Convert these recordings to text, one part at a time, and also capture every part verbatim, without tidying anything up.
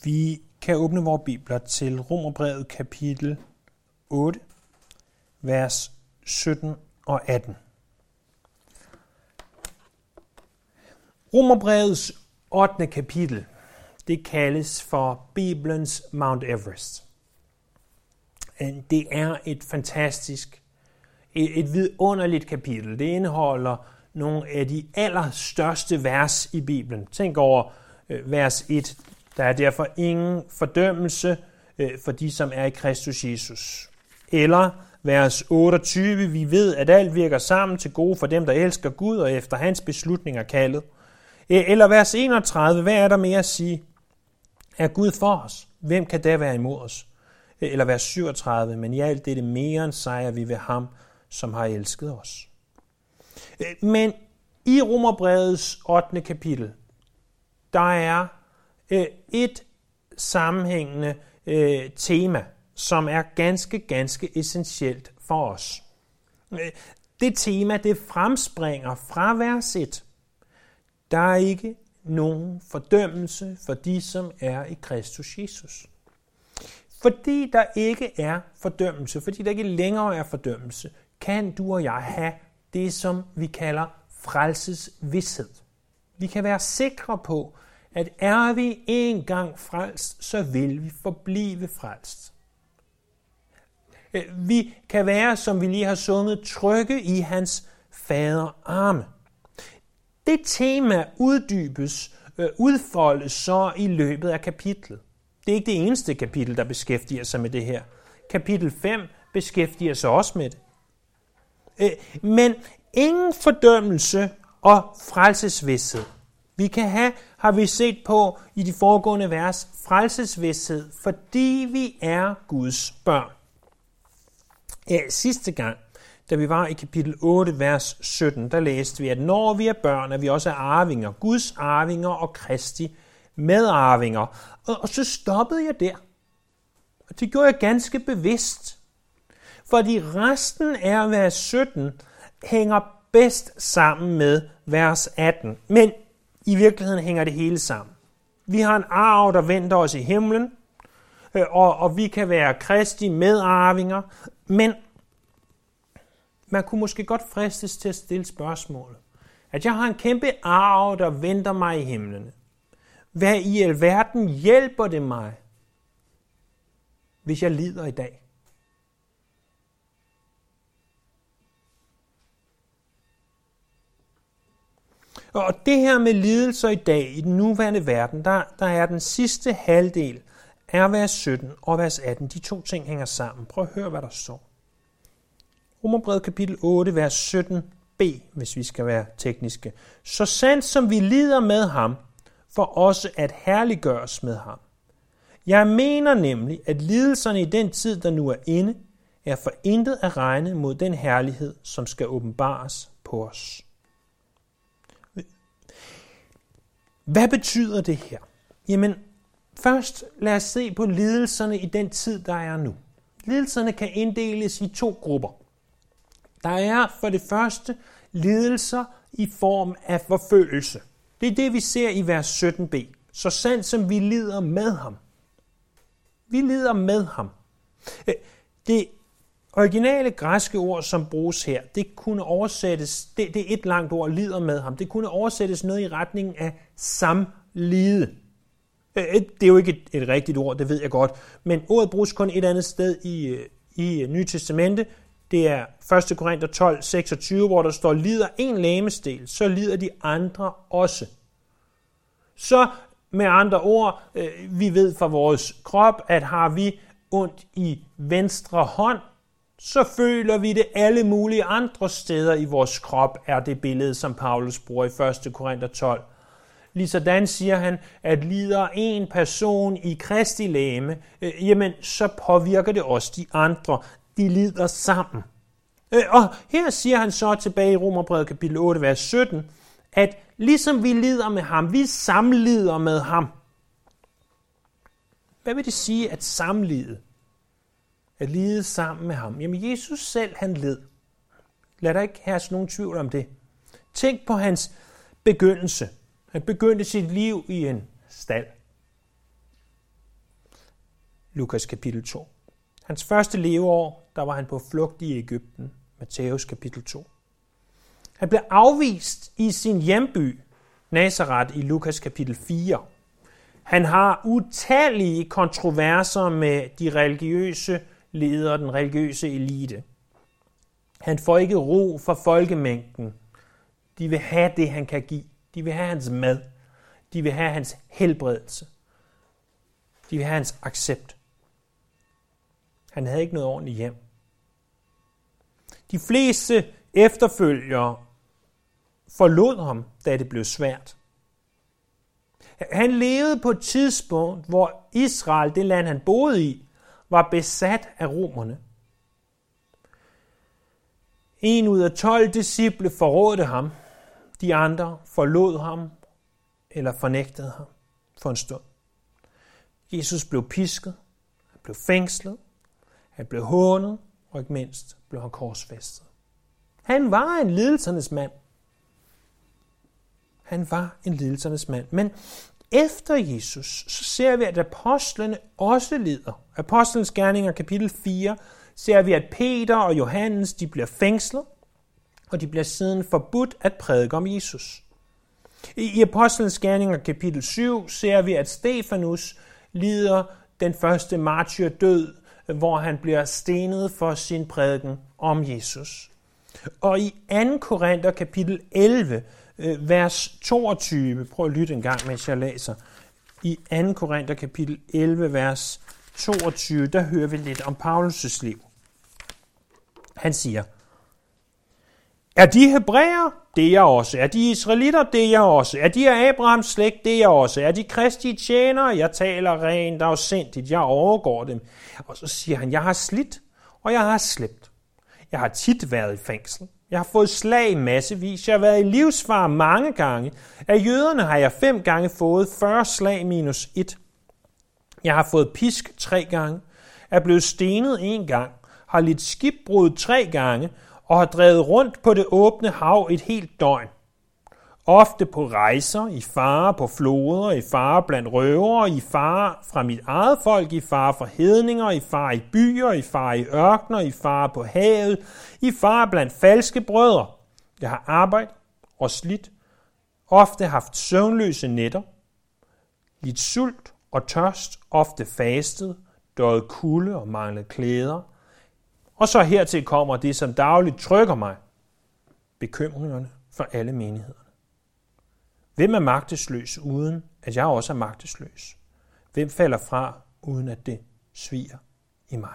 Vi kan åbne vores bibler til Romerbrevet kapitel otte, vers sytten og atten. Romerbrevets ottende kapitel, det kaldes for Bibelens Mount Everest. Det er et fantastisk, et vidunderligt kapitel. Det indeholder nogle af de allerstørste vers i Bibelen. Tænk over vers et. Der er derfor ingen fordømmelse for de, som er i Kristus Jesus. Eller vers otteogtyve. Vi ved, at alt virker sammen til gode for dem, der elsker Gud og efter hans beslutninger kaldet. Eller vers enogtredive. Hvad er der mere at sige? Er Gud for os? Hvem kan da være imod os? Eller vers syvogtredive. Men i alt dette mere end sejrer vi ved ham, som har elsket os. Men i Romerbrevets ottende kapitel, der er et sammenhængende tema, som er ganske, ganske essentielt for os. Det tema, det fremspringer fra vers et. Der er ikke nogen fordømmelse for de, som er i Kristus Jesus. Fordi der ikke er fordømmelse, fordi der ikke længere er fordømmelse, kan du og jeg have det, som vi kalder frelsesvished. Vi kan være sikre på, at er vi en gang frelst, så vil vi forblive frelst. Vi kan være, som vi lige har sunget, trygge i hans faderarme. Det tema uddybes, udfoldes så i løbet af kapitlet. Det er ikke det eneste kapitel, der beskæftiger sig med det her. Kapitel fem beskæftiger sig også med det. Men ingen fordømmelse og frelsesvished. Vi kan have, har vi set på i de foregående vers, frelsesvished, fordi vi er Guds børn. Ja, sidste gang, da vi var i kapitel otte, vers sytten, der læste vi, at når vi er børn, er vi også arvinger, Guds arvinger og Kristi medarvinger. Og, og så stoppede jeg der. Og det gjorde jeg ganske bevidst. Fordi resten af vers sytten hænger bedst sammen med vers atten. Men i virkeligheden hænger det hele sammen. Vi har en arv, der venter os i himlen, og, og vi kan være Kristi medarvinger, men man kunne måske godt fristes til at stille spørgsmålet, at jeg har en kæmpe arv, der venter mig i himlen. Hvad i alverden hjælper det mig, hvis jeg lider i dag? Og det her med lidelser i dag, i den nuværende verden, der, der er den sidste halvdel af vers sytten og vers atten. De to ting hænger sammen. Prøv at høre, hvad der står. Romerbrevet kapitel otte, vers sytten b, hvis vi skal være tekniske. Så sandt som vi lider med ham, for også at herliggøres med ham. Jeg mener nemlig, at lidelserne i den tid, der nu er inde, er for intet at regne mod den herlighed, som skal åbenbares på os. Hvad betyder det her? Jamen, først lad os se på lidelserne i den tid, der er nu. Lidelserne kan inddeles i to grupper. Der er for det første lidelser i form af forfølgelse. Det er det, vi ser i vers sytten b. Så sandt som vi lider med ham. Vi lider med ham. Det originale græske ord, som bruges her, det kunne oversættes, det, det er et langt ord, lider med ham. Det kunne oversættes noget i retningen af samlide. Det er jo ikke et, et rigtigt ord, det ved jeg godt, men ordet bruges kun et andet sted i, i Nye Testamente. Det er første Korinther tolv, seksogtyve, hvor der står, lider en legemsdel, så lider de andre også. Så med andre ord, vi ved fra vores krop, at har vi ondt i venstre hånd, så føler vi det alle mulige andre steder i vores krop, er det billede, som Paulus bruger i første Korinther tolv. Ligesådan siger han, at lider en person i Kristi legeme, øh, jamen så påvirker det også de andre. De lider sammen. Øh, og her siger han så tilbage i Romerbrevet kapitel otte, vers sytten, at ligesom vi lider med ham, vi samlider med ham. Hvad vil det sige at samlide? At lide sammen med ham? Jamen Jesus selv, han led. Lad der ikke herske nogen tvivl om det. Tænk på hans begyndelse. Han begyndte sit liv i en stald. Lukas kapitel to. Hans første leveår, der var han på flugt i Egypten, Matthæus kapitel to. Han blev afvist i sin hjemby, Nazaret, i Lukas kapitel fire. Han har utallige kontroverser med de religiøse ledere, den religiøse elite. Han får ikke ro for folkemængden. De vil have det, han kan give. De vil have hans mad. De vil have hans helbredelse. De vil have hans accept. Han havde ikke noget ordentligt hjem. De fleste efterfølgere forlod ham, da det blev svært. Han levede på et tidspunkt, hvor Israel, det land han boede i, var besat af romerne. En ud af tolv disciple forrådte ham. De andre forlod ham eller fornægtede ham for en stund. Jesus blev pisket, han blev fængslet, han blev hånet, og ikke mindst blev han korsfæstet. Han var en lidelsernes mand. Han var en lidelsernes mand. Men efter Jesus, så ser vi, at apostlene også lider. Apostlenes gerninger, kapitel fire, ser vi, at Peter og Johannes, de bliver fængslet, og de bliver siden forbudt at prædike om Jesus. I Apostlenes gerninger, kapitel syv, ser vi, at Stefanus lider den første martyrdød, hvor han bliver stenet for sin prædiken om Jesus. Og i anden Korinther, kapitel elleve, vers toogtyve, prøv at lytte en gang, mens jeg læser. I anden Korinther, kapitel elleve, vers toogtyve, der hører vi lidt om Paulus' liv. Han siger, er de hebræer? Det er jeg også. Er de israelitter? Det er jeg også. Er de af Abrahams slægt? Det er jeg også. Er de kristi tjenere? Jeg taler rent og sindigt. Jeg overgår dem. Og så siger han, jeg har slidt, og jeg har slæbt. Jeg har tit været i fængsel. Jeg har fået slag massevis. Jeg har været i livsfare mange gange. Af jøderne har jeg fem gange fået fyrre slag minus et. Jeg har fået pisk tre gange. Er blevet stenet en gang. Har lidt skibbrud tre gange. Og har drevet rundt på det åbne hav et helt døgn. Ofte på rejser, i fare på floder, i fare blandt røvere, i fare fra mit eget folk, i fare for hedninger, i fare i byer, i fare i ørkener, i fare på havet, i fare blandt falske brødre. Jeg har arbejdet og slidt, ofte haft søvnløse nætter, lidt sult og tørst, ofte fastet, døjet kulde og manglet klæder. Og så hertil kommer det, som dagligt trykker mig, bekymringerne for alle menighederne. Hvem er magtesløs, uden at jeg også er magtesløs? Hvem falder fra, uden at det sviger i mig?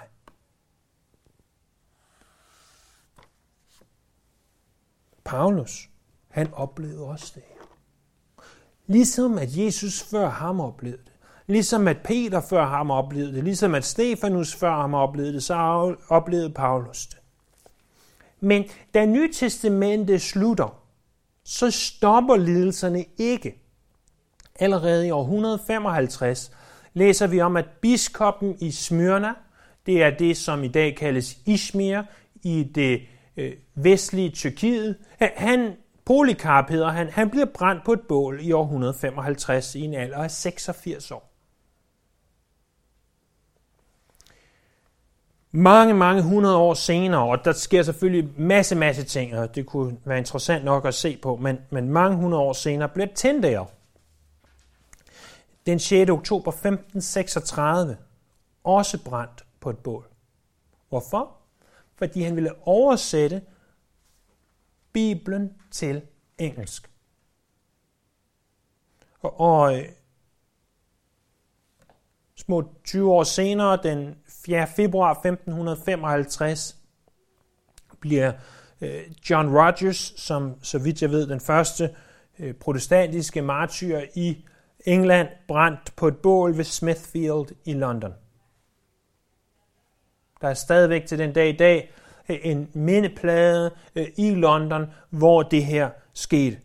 Paulus, han oplevede også det. Ligesom at Jesus før ham oplevede det. Ligesom at Peter før ham oplevede det. Ligesom at Stefanus før ham oplevede det, så oplevede Paulus det. Men da Nytestamentet slutter, så stopper lidelserne ikke. Allerede i år et hundrede og femoghalvtreds læser vi om, at biskoppen i Smyrna, det er det, som i dag kaldes Izmir i det øh, vestlige Tyrkiet, han, Polycarp hedder han, han bliver brændt på et bål i år et hundrede og femoghalvtreds i en alder af seksogfirs år. Mange, mange hundrede år senere, og der sker selvfølgelig masse, masse ting, og det kunne være interessant nok at se på, men, men mange hundrede år senere bliver Tyndale den sjette oktober femten seksogtredive også brændt på et bål. Hvorfor? Fordi han ville oversætte Bibelen til engelsk. Og, og små tyve år senere, den fjerde februar femten femoghalvtreds, bliver øh, John Rogers, som så vidt jeg ved, den første øh, protestantiske martyr i England, brændt på et bål ved Smithfield i London. Der er stadigvæk til den dag i dag en mindeplade øh, i London, hvor det her skete.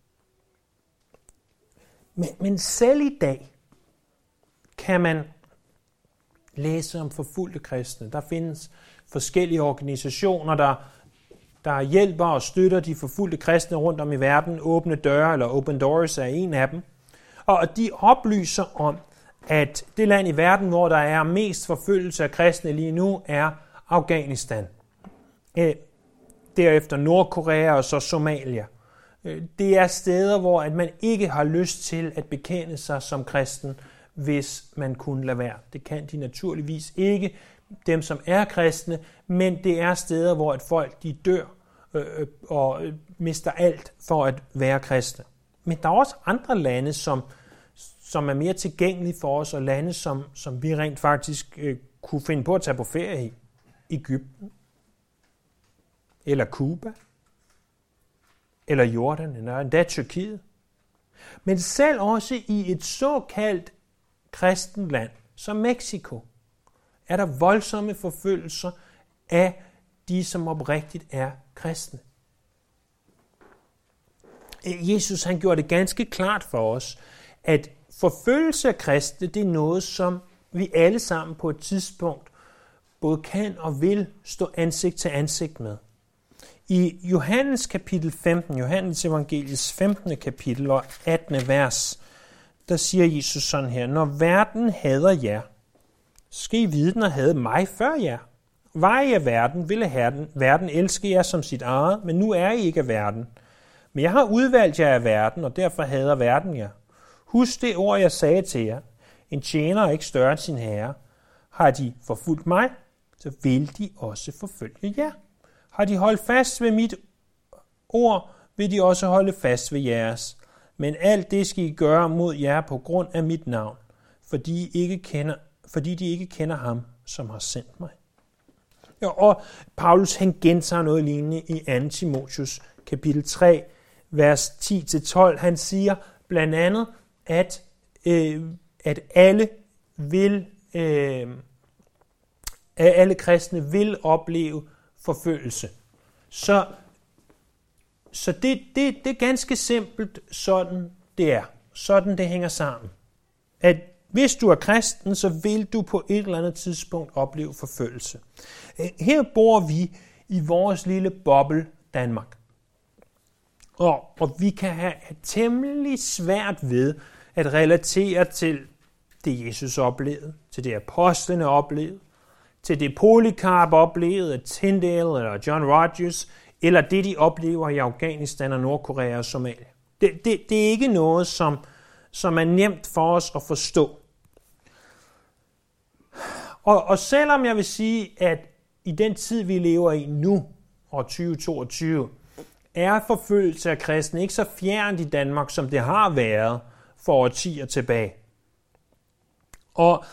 Men, men selv i dag kan man læse om forfulgte kristne. Der findes forskellige organisationer, der, der hjælper og støtter de forfulgte kristne rundt om i verden. Åbne Døre eller Open Doors er en af dem. Og de oplyser om, at det land i verden, hvor der er mest forfølgelse af kristne lige nu, er Afghanistan. Derefter Nordkorea og så Somalia. Det er steder, hvor at man ikke har lyst til at bekende sig som kristen, hvis man kunne lade være. Det kan de naturligvis ikke, dem som er kristne, men det er steder, hvor at folk de dør øh, og mister alt for at være kristne. Men der er også andre lande, som, som er mere tilgængelige for os, og lande, som, som vi rent faktisk øh, kunne finde på at tage på ferie i. Egypten, eller Cuba, eller Jordan, eller endda Tyrkiet. Men selv også i et såkaldt kristent land, som Mexico, er der voldsomme forfølgelser af de, som oprigtigt er kristne. Jesus han gjorde det ganske klart for os, at forfølgelse af kristne, det er noget, som vi alle sammen på et tidspunkt både kan og vil stå ansigt til ansigt med. I Johannes kapitel femten, Johannes evangeliets femtende kapitel og attende vers, der siger Jesus sådan her: Når verden hader jer, skal I vide, den havde mig før jer. Var I af verden, ville herden, verden elske jer som sit eget, men nu er I ikke af verden. Men jeg har udvalgt jer af verden, og derfor hader verden jer. Husk det ord, jeg sagde til jer. En tjener er ikke større end sin herre. Har de forfulgt mig, så vil de også forfølge jer. Har de holdt fast ved mit ord, vil de også holde fast ved jeres. Men alt det skal I gøre mod jer på grund af mit navn, fordi, I ikke kender, fordi de ikke kender ham, som har sendt mig. Ja, og Paulus han gentager noget lignende i anden Timotheus kapitel tre, vers ti til tolv. Han siger blandt andet, at, øh, at alle vil, øh, at alle kristne vil opleve forfølgelse. Så, så det, det, det er ganske simpelt sådan det er. Sådan det hænger sammen. At hvis du er kristen, så vil du på et eller andet tidspunkt opleve forfølgelse. Her bor vi i vores lille boble Danmark. Og, og vi kan have temmelig svært ved at relatere til det, Jesus oplevede, til det, apostlene oplevede, til det Polycarp oplevede af Tyndale eller John Rogers, eller det, de oplever i Afghanistan og Nordkorea og Somalia. Det, det, det er ikke noget, som, som er nemt for os at forstå. Og, og selvom jeg vil sige, at i den tid, vi lever i nu, år tyve toogtyve, er forfølgelse af kristne ikke så fjernt i Danmark, som det har været for årtier tilbage. Og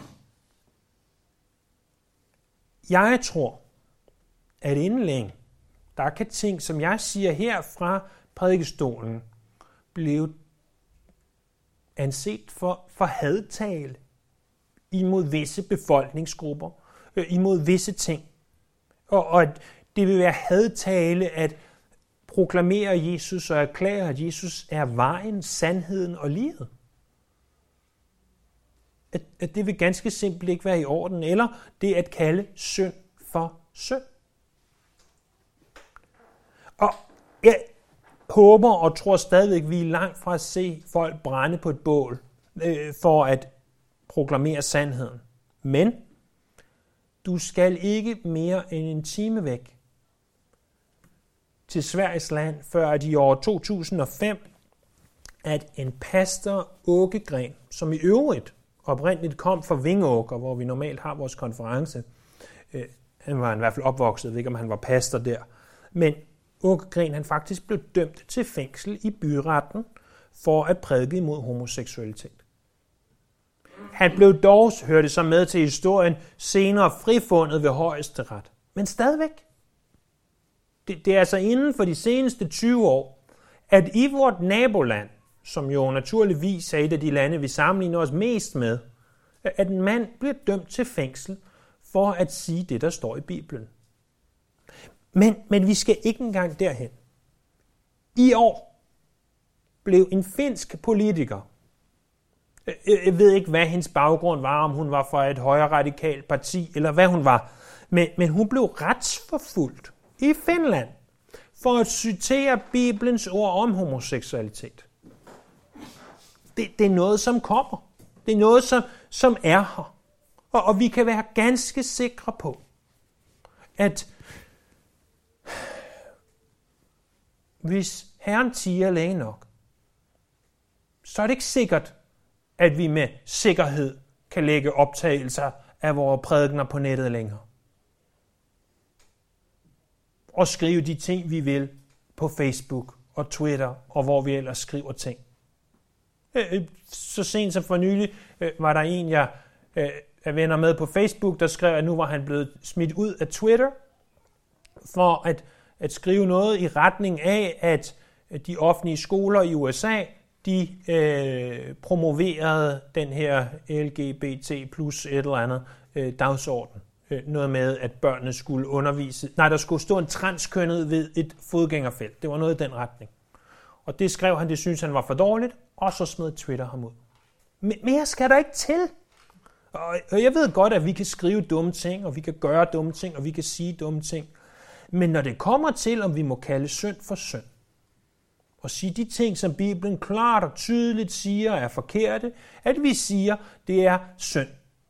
jeg tror, at inden længe, der kan ting, som jeg siger her fra prædikestolen, blive anset for, for hadtale imod visse befolkningsgrupper, øh, imod visse ting. Og, og at det vil være hadtale at proklamere Jesus og erklære, at Jesus er vejen, sandheden og livet. At, at det vil ganske simpelt ikke være i orden, eller det at kalde synd for synd. Og jeg håber og tror stadigvæk, at vi er langt fra at se folk brænde på et bål øh, for at proklamere sandheden. Men du skal ikke mere end en time væk til Sveriges land, før at i år to tusind og fem, at en pastor Åkegren, som i øvrigt oprindeligt kom fra Vingåker, hvor vi normalt har vores konference, øh, han var i hvert fald opvokset, jeg ved ikke om han var pastor der, men Åkegren han faktisk blev dømt til fængsel i byretten for at prædike imod homoseksualitet. Han blev dog, hørte så med til historien, senere frifundet ved højesteret. Men stadigvæk. Det, det er altså inden for de seneste tyve år, at i vort naboland, som jo naturligvis er et af de lande, vi sammenligner os mest med, at en mand bliver dømt til fængsel for at sige det, der står i Bibelen. Men, men vi skal ikke engang derhen. I år blev en finsk politiker, jeg ved ikke, hvad hendes baggrund var, om hun var fra et højre radikalt parti, eller hvad hun var, men, men hun blev retsforfulgt i Finland for at citere Bibelens ord om homoseksualitet. Det, det er noget, som kommer. Det er noget, som, som er her. Og, og vi kan være ganske sikre på, at hvis Herren tier længe nok, så er det ikke sikkert, at vi med sikkerhed kan lægge optagelser af vores prædikener på nettet længere. Og skrive de ting, vi vil på Facebook og Twitter, og hvor vi ellers skriver ting. Så sent som for nylig var der en, jeg er venner med på Facebook, der skrev, at nu var han blevet smidt ud af Twitter, for at, at skrive noget i retning af, at de offentlige skoler i U S A, de øh, promoverede den her L G B T plus et eller andet øh, dagsorden. Øh, noget med, at børnene skulle undervise. Nej, der skulle stå en transkønnet ved et fodgængerfelt. Det var noget i den retning. Og det skrev han, det synes han var for dårligt, og så smed Twitter ham ud. Mere skal der ikke til. Og jeg ved godt, at vi kan skrive dumme ting, og vi kan gøre dumme ting, og vi kan sige dumme ting. Men når det kommer til, om vi må kalde synd for synd, og sige de ting, som Bibelen klart og tydeligt siger er forkerte, at vi siger, det er synd,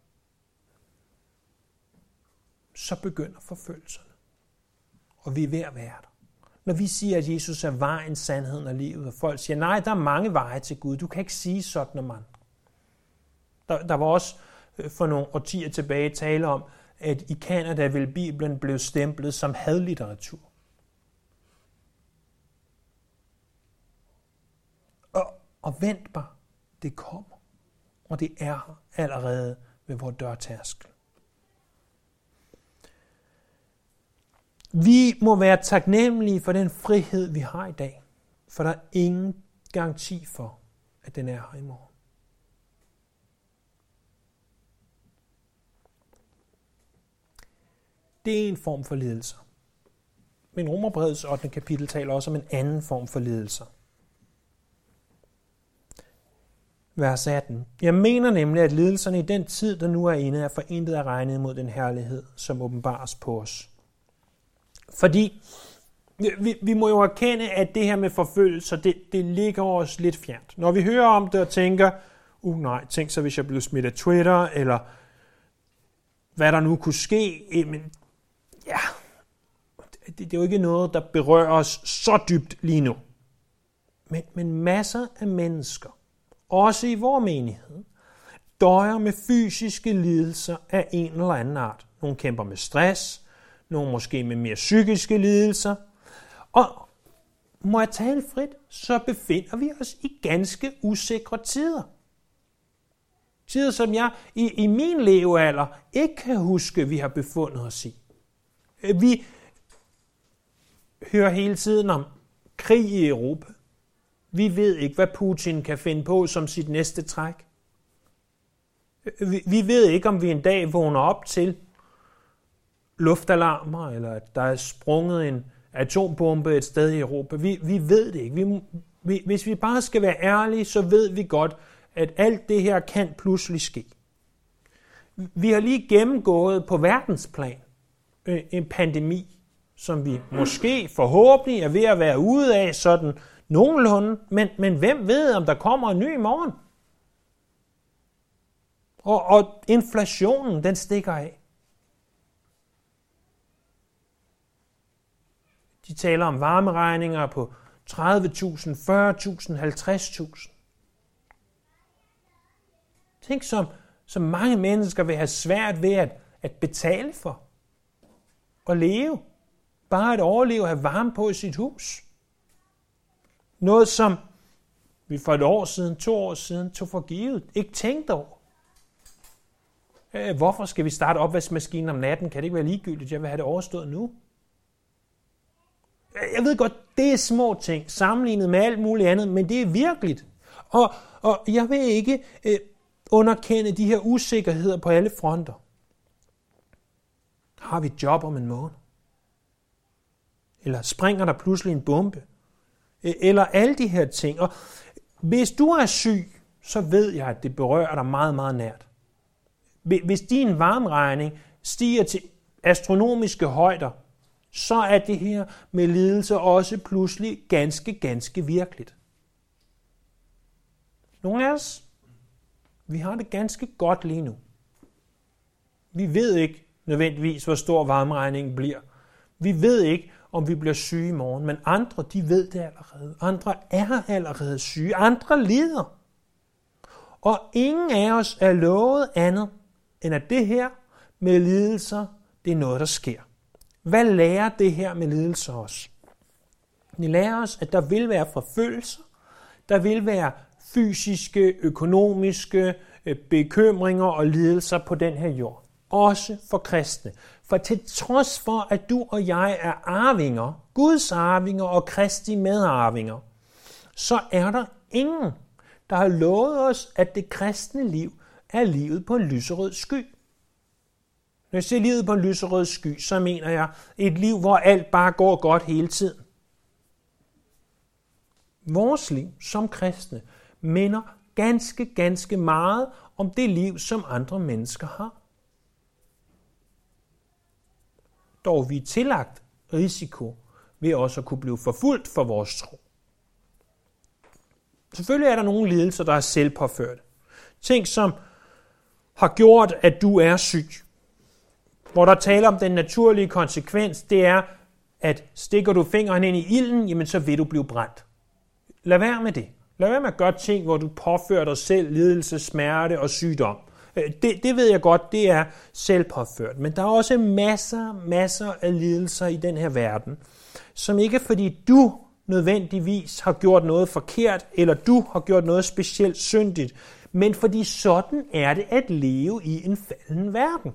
så begynder forfølgelserne. Og vi er ved at være der. Når vi siger, at Jesus er vejen, sandheden og livet, og folk siger, nej, der er mange veje til Gud. Du kan ikke sige sådan om andre. Der, der var også for nogle årtier tilbage tale om, at i Canada ville Bibelen blive stemplet som hadlitteratur. Og, og vent bare, det kommer. Og det er her allerede ved vores dørtærskel. Vi må være taknemmelige for den frihed, vi har i dag. For der er ingen garanti for, at den er her i morgen. Det er en form for lidelser. Men Romerbrevets ottende kapitel taler også om en anden form for lidelser. Vers atten. Jeg mener nemlig, at lidelserne i den tid, der nu er inde, er forintet af regnet mod den herlighed, som åbenbares på os. Fordi vi, vi må jo erkende, at det her med forfølgelser, det, det ligger os lidt fjernt. Når vi hører om det og tænker, uh nej, tænk så hvis jeg blev smidt af Twitter, eller hvad der nu kunne ske, men ja, det, det er jo ikke noget, der berører os så dybt lige nu. Men, men masser af mennesker, også i vores menighed, døjer med fysiske lidelser af en eller anden art. Nogle kæmper med stress, nogle måske med mere psykiske lidelser. Og må jeg tale frit, så befinder vi os i ganske usikre tider. Tider, som jeg i, i min levealder ikke kan huske, vi har befundet os i. Vi hører hele tiden om krig i Europa. Vi ved ikke, hvad Putin kan finde på som sit næste træk. Vi, vi ved ikke, om vi en dag vågner op til luftalarmer, eller at der er sprunget en atombombe et sted i Europa. Vi, vi ved det ikke. Vi, vi, hvis vi bare skal være ærlige, så ved vi godt, at alt det her kan pludselig ske. Vi har lige gennemgået på verdensplan en pandemi, som vi måske forhåbentlig er ved at være ude af sådan nogenlunde, men, men hvem ved, om der kommer en ny i morgen? Og, og inflationen, den stikker af. De taler om varmeregninger på tredive tusind, fyrre tusind, halvtreds tusind. Tænk, som, som mange mennesker vil have svært ved at, at betale for. At leve. Bare at overleve og have varme på i sit hus. Noget, som vi for et år siden, to år siden, tog for givet. Ikke tænkte over. Hvorfor skal vi starte opvaskemaskinen om natten? Kan det ikke være ligegyldigt? Jeg vil have det overstået nu. Jeg ved godt, det er små ting, sammenlignet med alt muligt andet, men det er virkeligt. Og, og jeg vil ikke øh, underkende de her usikkerheder på alle fronter. Har vi et job om en måned? Eller springer der pludselig en bombe? Eller alle de her ting. Og hvis du er syg, så ved jeg, at det berører dig meget, meget nært. Hvis din varmeregning stiger til astronomiske højder, så er det her med lidelse også pludselig ganske, ganske virkeligt. Nogle af os, Vi har det ganske godt lige nu. Vi ved ikke nødvendigvis, hvor stor varmeregningen bliver. Vi ved ikke, om vi bliver syge i morgen, men andre, de ved det allerede. Andre er allerede syge. Andre lider. Og ingen af os er lovet andet, end at det her med lidelser, det er noget, der sker. Hvad lærer det her med lidelser os? Det lærer os, at der vil være forfølgelser, der vil være fysiske, økonomiske bekymringer og lidelser på den her jord. Også for kristne. For til trods for, at du og jeg er arvinger, Guds arvinger og Kristi medarvinger, så er der ingen, der har lovet os, at det kristne liv er livet på en lyserød sky. Når jeg siger livet på en lyserød sky, så mener jeg et liv, hvor alt bare går godt hele tiden. Vores liv som kristne minder ganske, ganske meget om det liv, som andre mennesker har. Dog vi er tillagt risiko ved også at kunne blive forfulgt for vores tro. Selvfølgelig er der nogle lidelser, der er selvpåførte. Ting, som har gjort, at du er syg. Hvor der taler om den naturlige konsekvens, det er, at stikker du fingeren ind i ilden, jamen så vil du blive brændt. Lad være med det. Lad være med at gøre ting, hvor du påfører dig selv lidelse, smerte og sygdom. Det, det ved jeg godt, det er selvpåført. Men der er også masser, masser af lidelser i den her verden, som ikke fordi du nødvendigvis har gjort noget forkert, eller du har gjort noget specielt syndigt, men fordi sådan er det at leve i en falden verden.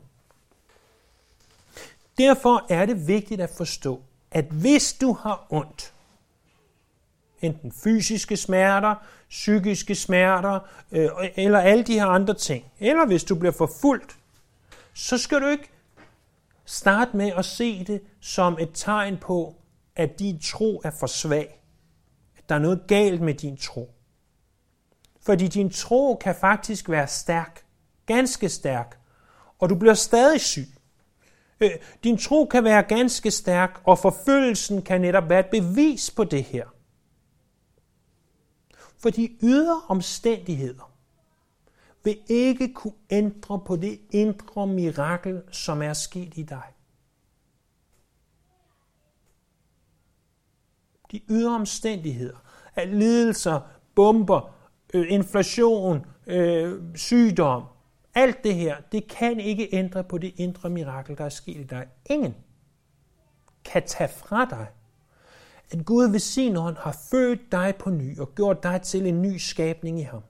Derfor er det vigtigt at forstå, at hvis du har ondt, enten fysiske smerter, psykiske smerter, øh, eller alle de her andre ting, eller hvis du bliver forfulgt, så skal du ikke starte med at se det som et tegn på, at din tro er for svag. At der er noget galt med din tro. Fordi din tro kan faktisk være stærk, ganske stærk, og du bliver stadig syg. Øh, din tro kan være ganske stærk, og forfølgelsen kan netop være et bevis på det her. For de ydre omstændigheder vil ikke kunne ændre på det indre mirakel, som er sket i dig. De ydre omstændigheder af lidelser, bomber, øh, inflation, øh, sygdom, alt det her, det kan ikke ændre på det indre mirakel, der er sket i dig. Ingen kan tage fra dig, at Gud ved sin hånd har født dig på ny og gjort dig til en ny skabning i ham.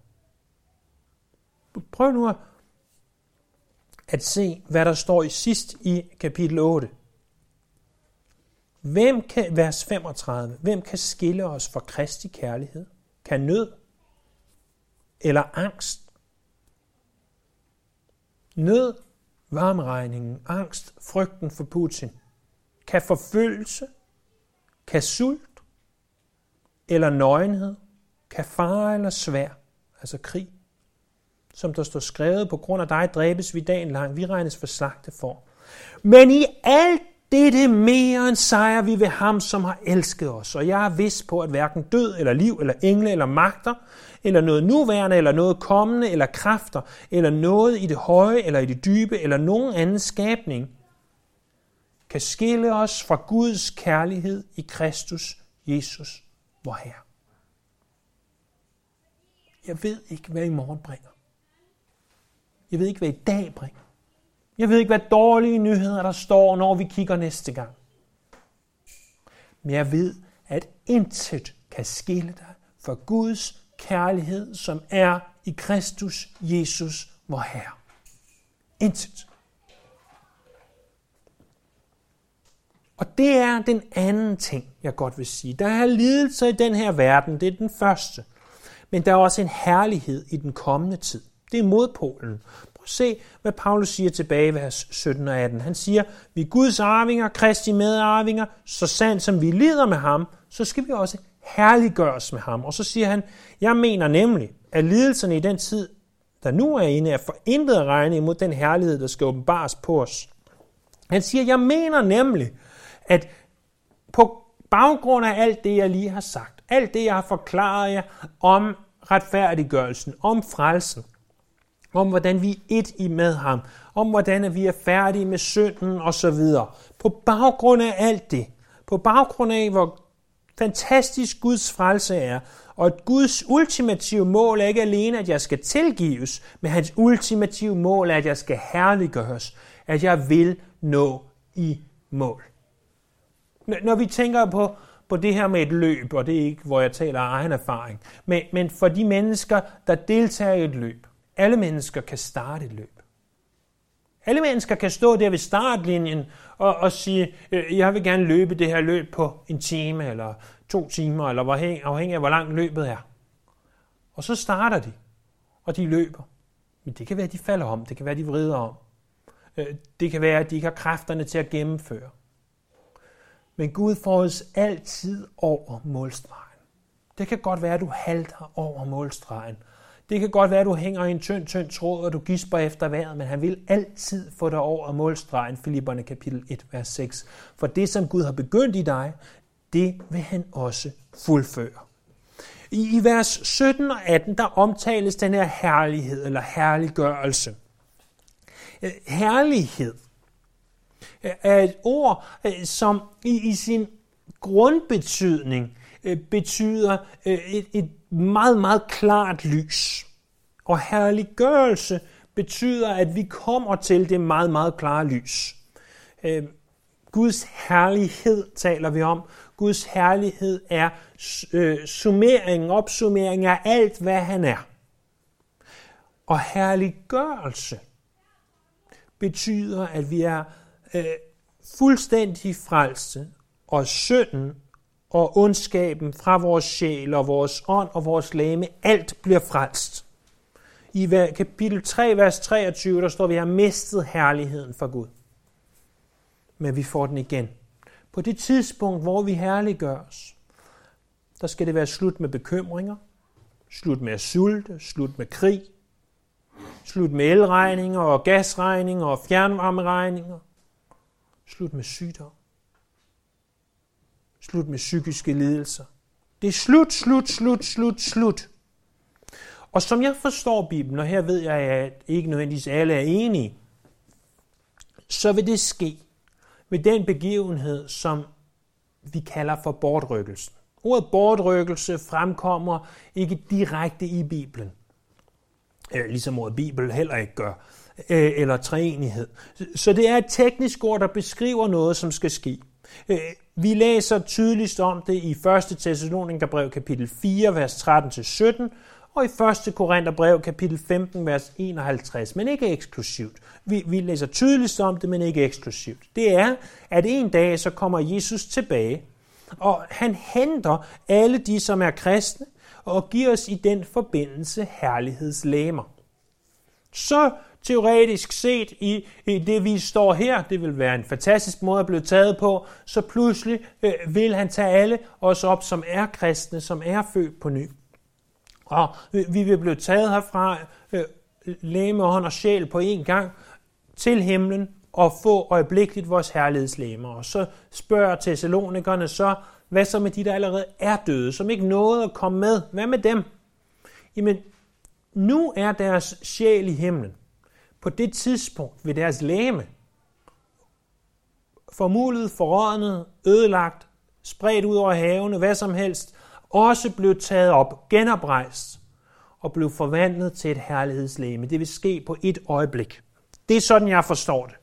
Prøv nu at se, hvad der står i sidst i kapitel otte. Hvem kan, vers femogtredive, hvem kan skille os fra Kristi kærlighed? Kan nød eller angst? Nød, varmeregningen, angst, frygten for Putin. Kan forfølgelse, kan sult eller nøgenhed, kan fare eller svær, altså krig, som der står skrevet, på grund af dig dræbes vi dagen lang, vi regnes for slagte for. Men i alt dette mere end sejrer vi ved ham, som har elsket os. Og jeg er vidst på, at hverken død eller liv eller engle eller magter, eller noget nuværende eller noget kommende eller kræfter, eller noget i det høje eller i det dybe, eller nogen anden skabning, kan skille os fra Guds kærlighed i Kristus Jesus, vor Herre. Jeg ved ikke, hvad i morgen bringer. Jeg ved ikke, hvad i dag bringer. Jeg ved ikke, hvad dårlige nyheder der står, når vi kigger næste gang. Men jeg ved, at intet kan skille dig fra Guds kærlighed, som er i Kristus Jesus, vor Herre. Intet. Og det er den anden ting, jeg godt vil sige. Der er lidelser i den her verden, det er den første. Men der er også en herlighed i den kommende tid. Det er modpolen. Prøv at se, hvad Paulus siger tilbage i vers sytten og atten. Han siger, vi er Guds arvinger, Kristi medarvinger, så sandt som vi lider med ham, så skal vi også herliggøres med ham. Og så siger han, jeg mener nemlig, at lidelserne i den tid, der nu er inde, er for intet at regne imod den herlighed, der skal åbenbares på os. Han siger, jeg mener nemlig, at på baggrund af alt det, jeg lige har sagt, alt det, jeg har forklaret jer om retfærdiggørelsen, om frelsen, om hvordan vi er et i med ham, om hvordan vi er færdige med synden osv. På baggrund af alt det, på baggrund af, hvor fantastisk Guds frelse er, og at Guds ultimative mål er ikke alene, at jeg skal tilgives, men hans ultimative mål er, at jeg skal herliggøres, at jeg vil nå i mål. Når vi tænker på, på det her med et løb, og det er ikke, hvor jeg taler af egen erfaring, men, men for de mennesker, der deltager i et løb, alle mennesker kan starte et løb. Alle mennesker kan stå der ved startlinjen og, og sige, jeg vil gerne løbe det her løb på en time eller to timer, eller afhængig af, hvor langt løbet er. Og så starter de, og de løber. Men det kan være, at de falder om, det kan være, at de vrider om. Det kan være, at de ikke har kræfterne til at gennemføre. Men Gud får os altid over målstregen. Det kan godt være, at du halter over målstregen. Det kan godt være, at du hænger i en tynd, tynd tråd, og du gisper efter vejret, men han vil altid få dig over målstregen, Filipperne kapitel et, vers seks. For det, som Gud har begyndt i dig, det vil han også fuldføre. I, i vers sytten og atten, der omtales den her herlighed, eller herliggørelse. Herlighed er et ord, som i, i sin grundbetydning betyder et, et meget, meget klart lys. Og herliggørelse betyder, at vi kommer til det meget, meget klare lys. Guds herlighed taler vi om. Guds herlighed er summering, opsummering af alt, hvad han er. Og herliggørelse betyder, at vi er øh, fuldstændig frelste, og synden og ondskaben fra vores sjæl og vores ånd og vores legeme, alt bliver frelst. I kapitel tre, vers treogtyve, der står, at vi har mistet herligheden for Gud. Men vi får den igen. På det tidspunkt, hvor vi herliggøres, der skal det være slut med bekymringer, slut med at sulte, slut med krig, slut med elregninger og gasregninger og fjernvarmeregninger, slut med sygdom, slut med psykiske lidelser. Det er slut, slut, slut, slut, slut. Og som jeg forstår Bibelen, og her ved jeg, at ikke nødvendigvis alle er enige, så vil det ske ved den begivenhed, som vi kalder for bortrykkelsen. Ordet bortrykkelse fremkommer ikke direkte i Bibelen, ligesom ordet Bibel heller ikke gør, eller treenighed. Så det er et teknisk ord, der beskriver noget, som skal ske. Vi læser tydeligst om det i første Thessalonikerbrev kapitel fire, vers tretten til sytten, og i første Korintherbrev kapitel femten, vers enoghalvtreds, men ikke eksklusivt. Vi, vi læser tydeligst om det, men ikke eksklusivt. Det er, at en dag så kommer Jesus tilbage, og han henter alle de, som er kristne, og giver os i den forbindelse herlighedslegemer. Så teoretisk set i, i det, vi står her, det vil være en fantastisk måde at blive taget på, så pludselig øh, vil han tage alle os op, som er kristne, som er født på ny. Og vi vil blive taget herfra, øh, legeme, ånd og sjæl på en gang, til himlen og få øjeblikkeligt vores herlighedslegemer. Og så spørger Thessalonikerne så, hvad så med de, der allerede er døde, som ikke nåede at komme med? Hvad med dem? Jamen, nu er deres sjæl i himlen. På det tidspunkt vil deres legeme formulet, forrådnet, ødelagt, spredt ud over havene, hvad som helst, også blev taget op, genoprejst og blev forvandlet til et herlighedslegeme. Det vil ske på et øjeblik. Det er sådan, jeg forstår det.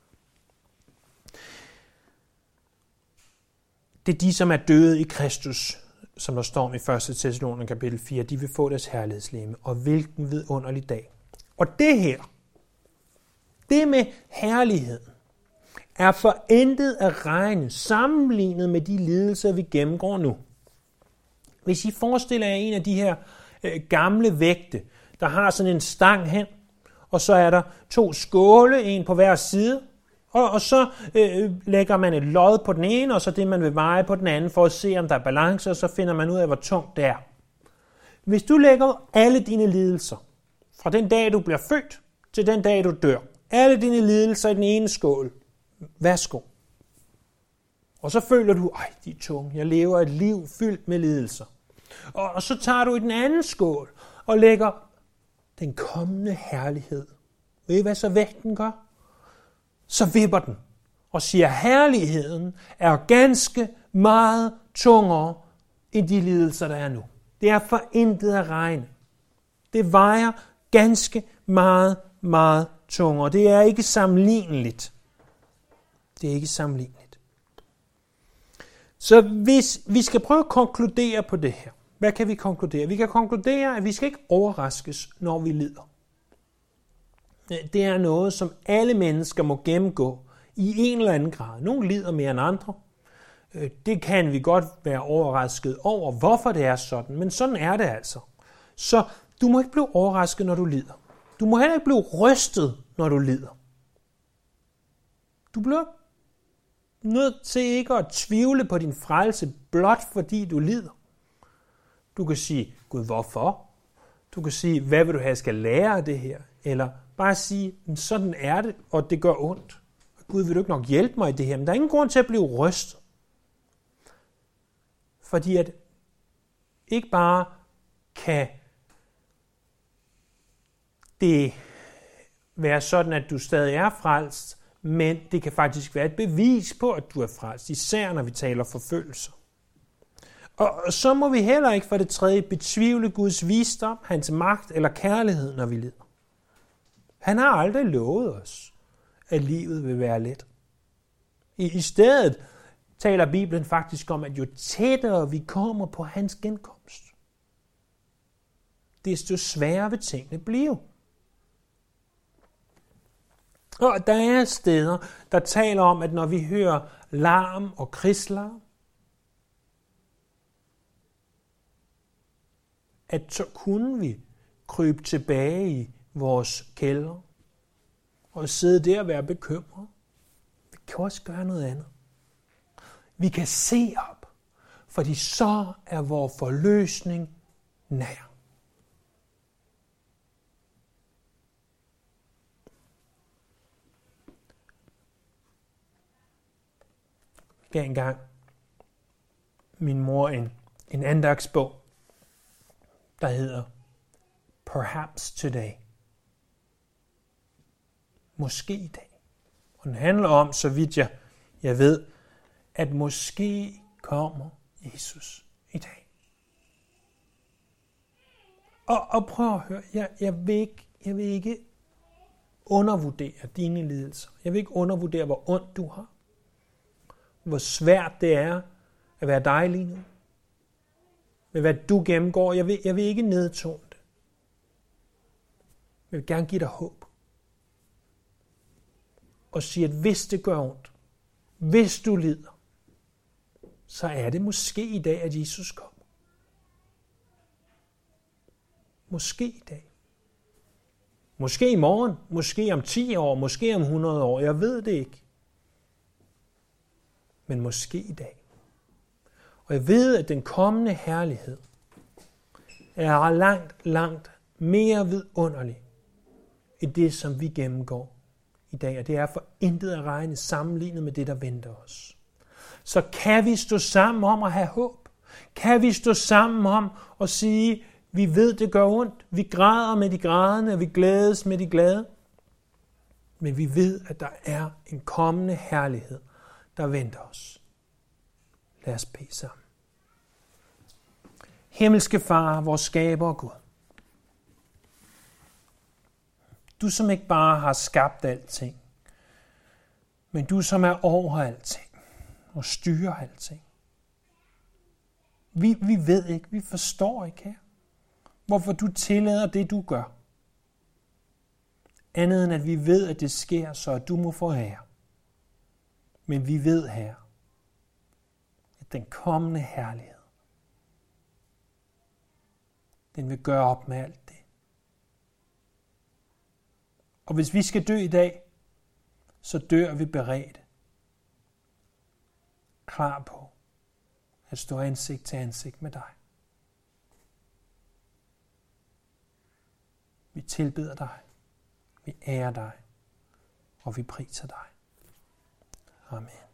Det er de, som er døde i Kristus, som der står i første Thessalonikerbrev kapitel fire, de vil få deres herlighedslegeme. Og hvilken vidunderlig dag. Og det her, det med herligheden, er forentet at regne sammenlignet med de lidelser, vi gennemgår nu. Hvis I forestiller jer en af de her øh, gamle vægte, der har sådan en stang hen, og så er der to skåle, en på hver side, og, og så øh, lægger man et lod på den ene, og så det, man vil veje på den anden, for at se, om der er balance, og så finder man ud af, hvor tungt det er. Hvis du lægger alle dine lidelser, fra den dag, du bliver født, til den dag, du dør, alle dine lidelser i den ene skål, værsgo. Og så føler du, ej, de er tunge, jeg lever et liv fyldt med lidelser. Og, og så tager du i den anden skål, og lægger den kommende herlighed. Ved I, hvad så vægten gør? Så vipper den og siger, herligheden er ganske meget tungere end de lidelser, der er nu. Det er for intet at regne. Det vejer ganske meget, meget tungere. Det er ikke sammenligneligt. Det er ikke sammenligneligt. Så hvis vi skal prøve at konkludere på det her, hvad kan vi konkludere? Vi kan konkludere, at vi skal ikke overraskes, når vi lider. Det er noget, som alle mennesker må gennemgå i en eller anden grad. Nogle lider mere end andre. Det kan vi godt være overrasket over, hvorfor det er sådan, men sådan er det altså. Så du må ikke blive overrasket, når du lider. Du må heller ikke blive rystet, når du lider. Du bliver nødt til ikke at tvivle på din frelse, blot fordi du lider. Du kan sige, Gud, hvorfor? Du kan sige, hvad vil du have, jeg skal lære af det her? Eller bare sige, sådan er det, og det gør ondt. Gud, vil du ikke nok hjælpe mig i det her? Men der er ingen grund til at blive rystet. Fordi at ikke bare kan det være sådan, at du stadig er frelst, men det kan faktisk være et bevis på, at du er frelst, især når vi taler forfølgelser. Og så må vi heller ikke for det tredje betvivle Guds visdom, hans magt eller kærlighed, når vi lider. Han har aldrig lovet os, at livet vil være let. I, i stedet taler Bibelen faktisk om, at jo tættere vi kommer på hans genkomst, desto sværere vil tingene blive. Og der er steder, der taler om, at når vi hører larm og krigslarm, at så kunne vi krybe tilbage i vores kælder og sidde der og være bekymret. Vi kan også gøre noget andet. Vi kan se op, fordi så er vores forløsning nær. Jeg gav engang min mor en, en andagsbog, der hedder Perhaps Today. Måske i dag. Og den handler om, så vidt jeg, jeg ved, at måske kommer Jesus i dag. Og, og prøv at høre, jeg, jeg, vil ikke, jeg vil ikke undervurdere dine lidelser. Jeg vil ikke undervurdere, hvor ondt du har. Hvor svært det er at være dig lige nu. Med hvad du gennemgår. Jeg vil, jeg vil ikke nedtone det. Jeg vil gerne give dig håb. Og sige, at hvis det gør ondt, hvis du lider, så er det måske i dag, at Jesus kommer. Måske i dag. Måske i morgen, måske om ti år, måske om hundrede år. Jeg ved det ikke. Men måske i dag. Og jeg ved, at den kommende herlighed er langt, langt mere vidunderlig end det, som vi gennemgår i dag. Og det er for intet at regne sammenlignet med det, der venter os. Så kan vi stå sammen om at have håb? Kan vi stå sammen om at sige, vi ved, det gør ondt. Vi græder med de grædende, og vi glædes med de glade. Men vi ved, at der er en kommende herlighed, der venter os. Lad os bede sammen. Himmelske Far, vores skaber og Gud. Du som ikke bare har skabt alting, men du som er over alting og styrer alting. Vi, vi ved ikke, vi forstår ikke her, hvorfor du tillader det, du gør. Andet end at vi ved, at det sker, så at du må få ære. Men vi ved, Herre, at den kommende herlighed, den vil gøre op med alt det. Og hvis vi skal dø i dag, så dør vi beredt. Klar på at stå ansigt til ansigt med dig. Vi tilbeder dig, vi ærer dig, og vi priser dig. Amen.